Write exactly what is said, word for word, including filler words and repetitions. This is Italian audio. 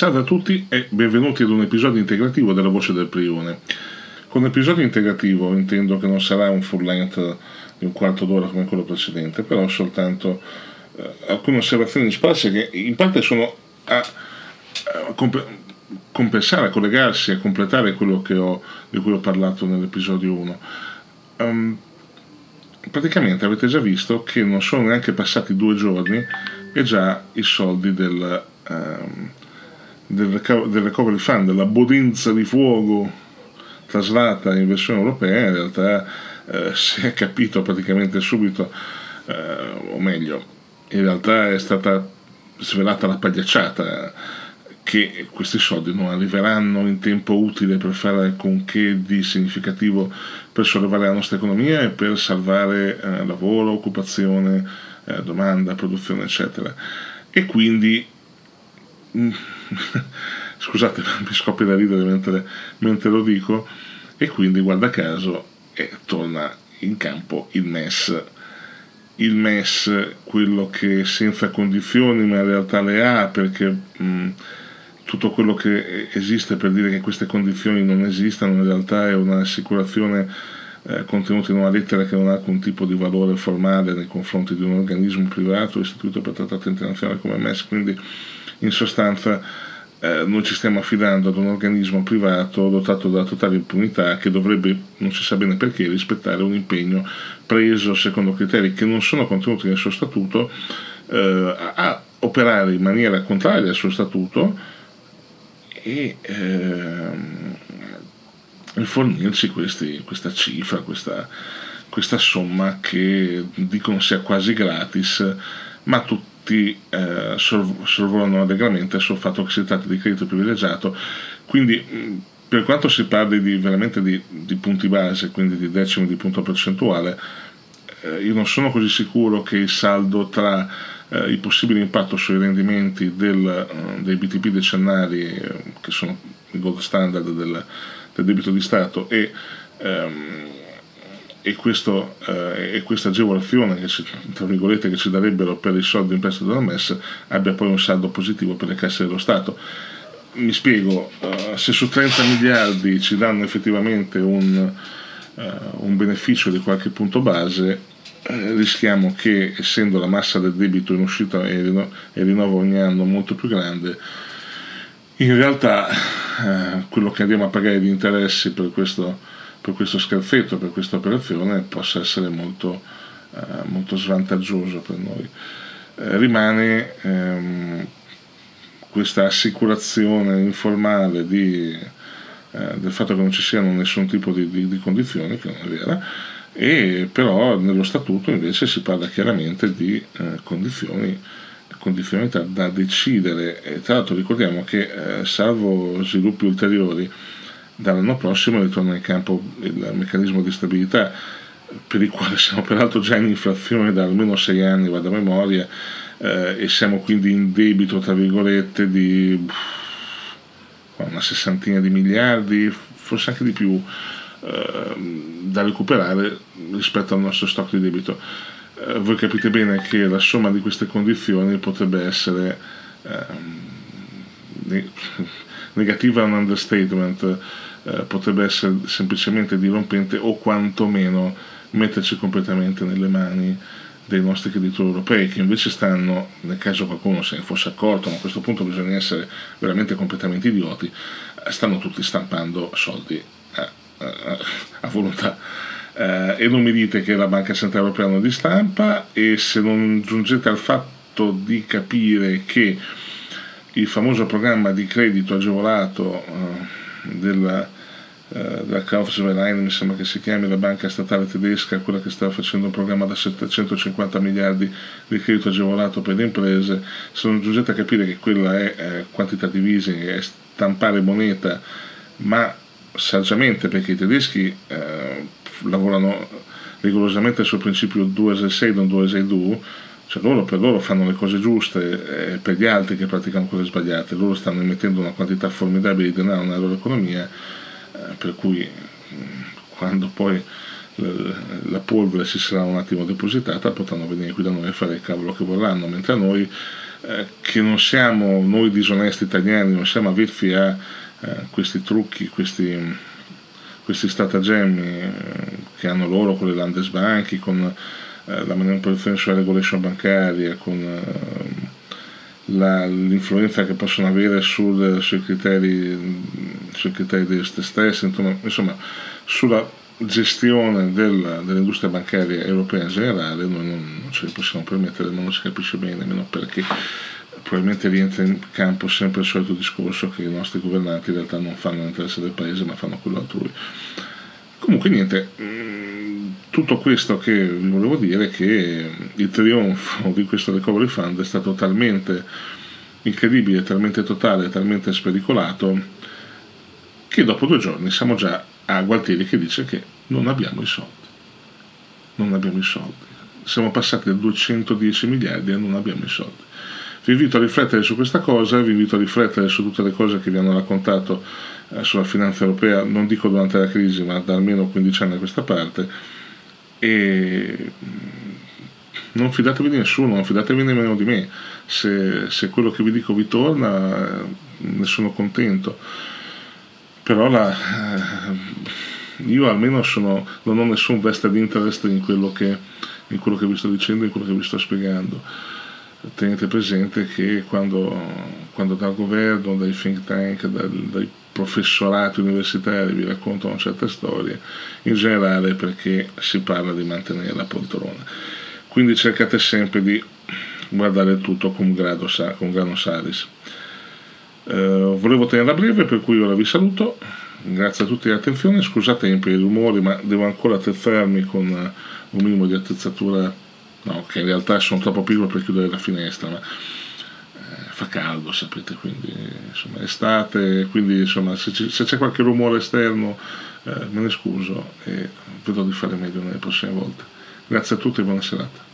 Salve a tutti e benvenuti ad un episodio integrativo della Voce del Prione. Con episodio integrativo intendo che non sarà un full length di un quarto d'ora come quello precedente, però soltanto eh, alcune osservazioni sparse che in parte sono a, a comp- compensare, a collegarsi, a completare quello che ho, di cui ho parlato nell'episodio uno. Um, praticamente avete già visto che non sono neanche passati due giorni e già i soldi del... Um, del recovery fund, della bodinza di fuogo traslata in versione europea, in realtà eh, si è capito praticamente subito, eh, o meglio, in realtà è stata svelata la pagliacciata, che questi soldi non arriveranno in tempo utile per fare alcunché di significativo per sollevare la nostra economia e per salvare eh, lavoro, occupazione, eh, domanda, produzione, eccetera. E quindi scusate, mi scoppia da ridere mentre, mentre lo dico, e quindi guarda caso eh, torna in campo il M E S, il M E S, quello che senza condizioni ma in realtà le ha, perché mh, tutto quello che esiste per dire che queste condizioni non esistono in realtà è un'assicurazione eh, contenuta in una lettera che non ha alcun tipo di valore formale nei confronti di un organismo privato istituito per trattato internazionale come M E S. Quindi in sostanza eh, noi ci stiamo affidando ad un organismo privato dotato della totale impunità, che dovrebbe, non si sa bene perché, rispettare un impegno preso secondo criteri che non sono contenuti nel suo statuto, eh, a operare in maniera contraria al suo statuto e ehm, fornirci questi, questa cifra, questa, questa somma che dicono sia quasi gratis, ma tutti tutti eh, sorvolano allegramente sul fatto che si tratta di credito privilegiato. Quindi mh, per quanto si parli di, veramente di, di punti base, quindi di decimi di punto percentuale, eh, io non sono così sicuro che il saldo tra eh, il possibile impatto sui rendimenti del, uh, dei B T P decennali, eh, che sono il gold standard del, del debito di Stato, e ehm, e, questo, eh, e questa agevolazione che ci, tra virgolette, che ci darebbero per i soldi in prestito dalla M E S abbia poi un saldo positivo per le casse dello Stato. Mi spiego, eh, se su trenta miliardi ci danno effettivamente un, eh, un beneficio di qualche punto base, eh, rischiamo che, essendo la massa del debito in uscita e rinnovo ogni anno molto più grande, in realtà eh, quello che andiamo a pagare di interessi per questo per questo scherzetto, per questa operazione, possa essere molto, eh, molto svantaggioso per noi. Eh, rimane ehm, questa assicurazione informale di, eh, del fatto che non ci siano nessun tipo di, di, di condizioni, che non è vera, e però nello statuto invece si parla chiaramente di eh, condizioni, condizioni da, da decidere. E tra l'altro ricordiamo che eh, salvo sviluppi ulteriori, dall'anno prossimo ritorna in campo il meccanismo di stabilità, per il quale siamo peraltro già in inflazione da almeno sei anni, vado a memoria, eh, e siamo quindi in debito, tra virgolette, di una sessantina di miliardi, forse anche di più, eh, da recuperare rispetto al nostro stock di debito. Eh, voi capite bene che la somma di queste condizioni potrebbe essere eh, negativa è un understatement, eh, potrebbe essere semplicemente dirompente o quantomeno metterci completamente nelle mani dei nostri creditori europei, che invece stanno, nel caso qualcuno se ne fosse accorto, ma a questo punto bisogna essere veramente completamente idioti, stanno tutti stampando soldi a, a, a volontà. Eh, e non mi dite che la Banca Centrale Europea non li stampa, e se non giungete al fatto di capire che il famoso programma di credito agevolato uh, della, uh, della Kaufsverein, mi sembra che si chiami, la banca statale tedesca, quella che sta facendo un programma da settecentocinquanta miliardi di credito agevolato per le imprese, se non giungete a capire che quella è eh, quantitative easing, è stampare moneta, ma saggiamente, perché i tedeschi eh, lavorano rigorosamente sul principio due sei sei, non due sei due, cioè loro, per loro fanno le cose giuste, e per gli altri che praticano cose sbagliate. Loro stanno emettendo una quantità formidabile di denaro nella loro economia, eh, per cui quando poi la polvere si sarà un attimo depositata, potranno venire qui da noi a fare il cavolo che vorranno, mentre a noi, eh, che non siamo noi disonesti italiani, non siamo avvezzi a eh, questi trucchi, questi, questi stratagemmi eh, che hanno loro con le Landesbanchi, con eh, la manipolazione sulla regulation bancaria, con eh, la, l'influenza che possono avere sul, sui criteri sui criteri di stessi, insomma sulla gestione del, dell'industria bancaria europea in generale. Noi non, non ce li possiamo permettere, ma non si capisce bene, nemmeno perché probabilmente rientra in campo sempre il solito discorso che i nostri governanti in realtà non fanno l'interesse del paese ma fanno quello altrui. Comunque niente, tutto questo che vi volevo dire è che il trionfo di questo recovery fund è stato talmente incredibile, talmente totale, talmente spericolato che dopo due giorni siamo già a Gualtieri che dice che non abbiamo i soldi. Non abbiamo i soldi. Siamo passati da duecentodieci miliardi e non abbiamo i soldi. Vi invito a riflettere su questa cosa, vi invito a riflettere su tutte le cose che vi hanno raccontato eh, sulla finanza europea, non dico durante la crisi, ma da almeno quindici anni a questa parte, e non fidatevi di nessuno, non fidatevi nemmeno di me. Se, se quello che vi dico vi torna, eh, ne sono contento. Però la, eh, io almeno sono, non ho nessun vested interest in quello, che, in quello che vi sto dicendo, in quello che vi sto spiegando. Tenete presente che quando, quando dal governo, dai think tank, dal, dai professorati universitari vi raccontano certe storie, in generale è perché si parla di mantenere la poltrona. Quindi cercate sempre di guardare tutto con grado, con grano salis. Uh, volevo tenerla breve, per cui ora vi saluto, grazie a tutti l'attenzione, scusate per i rumori, ma devo ancora attrezzarmi con uh, un minimo di attrezzatura, no, che in realtà sono troppo piccolo per chiudere la finestra, ma uh, fa caldo, sapete, quindi insomma è estate, quindi insomma se, c- se c'è qualche rumore esterno uh, me ne scuso e vedrò di fare meglio nelle prossime volte. Grazie a tutti e buona serata.